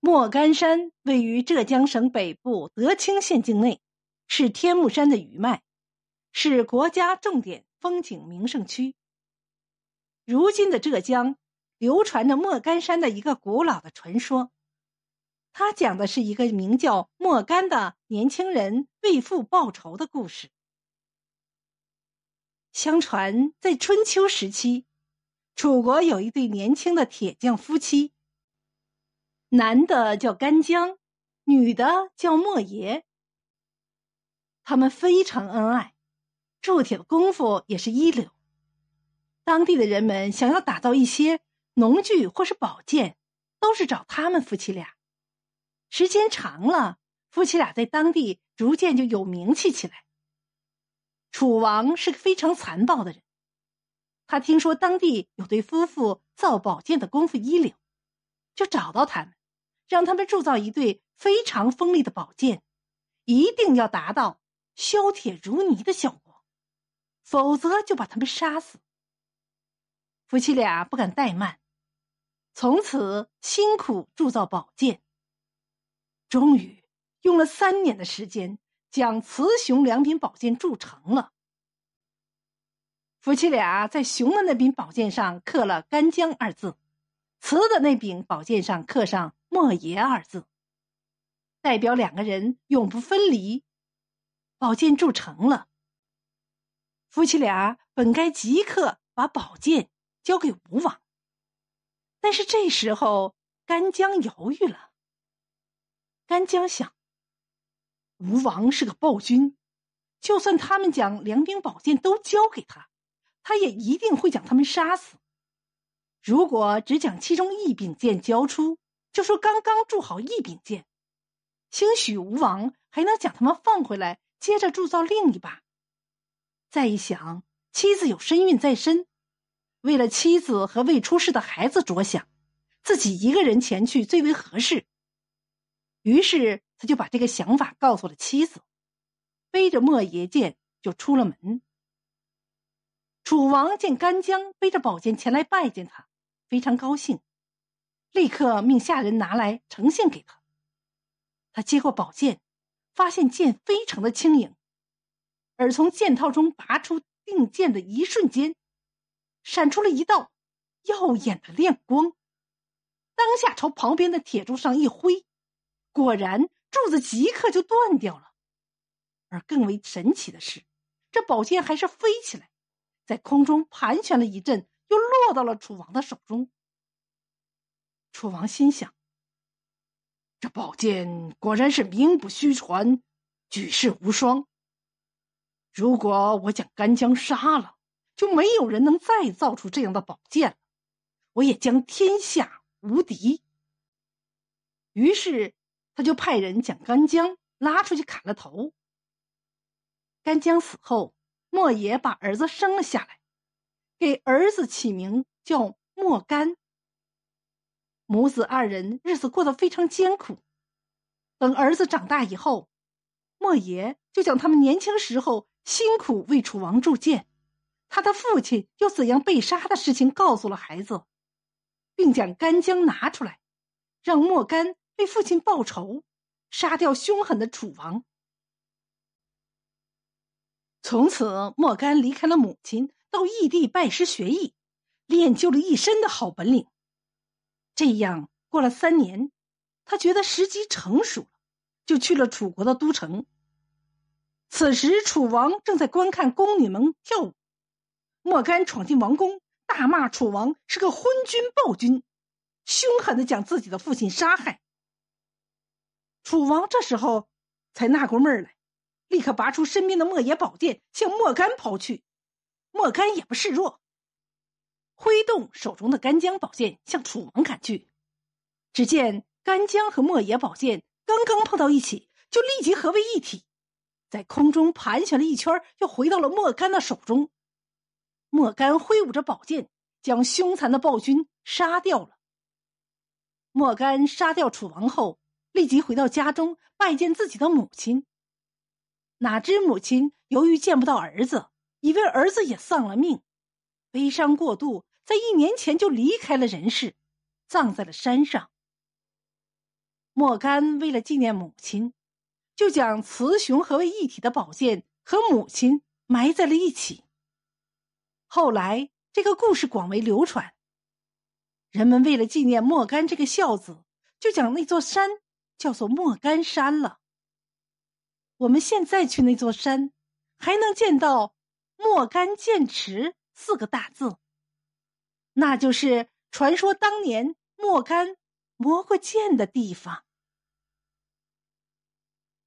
莫干山位于浙江省北部德清县境内，是天目山的余脉，是国家重点风景名胜区。如今的浙江流传着莫干山的一个古老的传说，它讲的是一个名叫莫干的年轻人为父报仇的故事。相传在春秋时期，楚国有一对年轻的铁匠夫妻，男的叫干将，女的叫莫邪。他们非常恩爱，铸铁的功夫也是一流。当地的人们想要打造一些农具或是宝剑，都是找他们夫妻俩。时间长了，夫妻俩在当地逐渐就有名气起来。楚王是个非常残暴的人，他听说当地有对夫妇造宝剑的功夫一流，就找到他们，让他们铸造一对非常锋利的宝剑，一定要达到削铁如泥的效果，否则就把他们杀死。夫妻俩不敢怠慢，从此辛苦铸造宝剑，终于用了3年的时间将雌雄2柄宝剑铸成了。夫妻俩在雄的那柄宝剑上刻了干将2字，雌的那柄宝剑上刻上莫邪2字，代表2个人永不分离。宝剑铸成了，夫妻俩本该即刻把宝剑交给吴王，但是这时候干将犹豫了。干将想，吴王是个暴君，就算他们将2柄宝剑都交给他，他也一定会将他们杀死。如果只将其中1柄剑交出，就说刚刚铸好1柄剑，兴许吴王还能将他们放回来，接着铸造另一把。再一想，妻子有身孕在身，为了妻子和未出世的孩子着想，自己一个人前去最为合适。于是他就把这个想法告诉了妻子，背着莫邪剑就出了门。楚王见干将背着宝剑前来拜见他，非常高兴，立刻命下人拿来呈现给他。他接过宝剑，发现剑非常的轻盈，而从剑套中拔出定剑的一瞬间，闪出了一道耀眼的亮光，当下朝旁边的铁柱上一挥，果然柱子即刻就断掉了。而更为神奇的是，这宝剑还是飞起来，在空中盘旋了一阵，又落到了楚王的手中。楚王心想，这宝剑果然是名不虚传，举世无双。如果我将干将杀了，就没有人能再造出这样的宝剑了，我也将天下无敌。于是他就派人将干将拉出去砍了头。干将死后，莫邪把儿子生了下来，给儿子起名叫莫干。母子2人日子过得非常艰苦。等儿子长大以后，莫邪就将他们年轻时候辛苦为楚王铸剑，他的父亲又怎样被杀的事情告诉了孩子，并将干将拿出来，让莫干为父亲报仇，杀掉凶狠的楚王。从此莫干离开了母亲，到异地拜师学艺，练就了一身的好本领。这样过了3年，他觉得时机成熟了，就去了楚国的都城。此时楚王正在观看宫女们跳舞，莫干闯进王宫，大骂楚王是个昏君暴君，凶狠地将自己的父亲杀害。楚王这时候才纳过闷来，立刻拔出身边的莫邪宝剑向莫干抛去。莫干也不示弱，挥动手中的干将宝剑向楚王砍去。只见干将和莫邪宝剑刚刚碰到一起，就立即合为一体，在空中盘旋了一圈，又回到了莫干的手中。莫干挥舞着宝剑，将凶残的暴君杀掉了。莫干杀掉楚王后，立即回到家中拜见自己的母亲。哪知母亲由于见不到儿子，以为儿子也丧了命，悲伤过度，在1年前就离开了人世，葬在了山上。 莫干为了纪念母亲，就将雌雄合为一体的宝剑和母亲埋在了一起。后来这个故事广为流传，人们为了纪念莫干这个孝子，就将那座山叫做莫干山了。我们现在去那座山，还能见到莫干剑池4个大字，那就是传说当年莫干磨过剑的地方。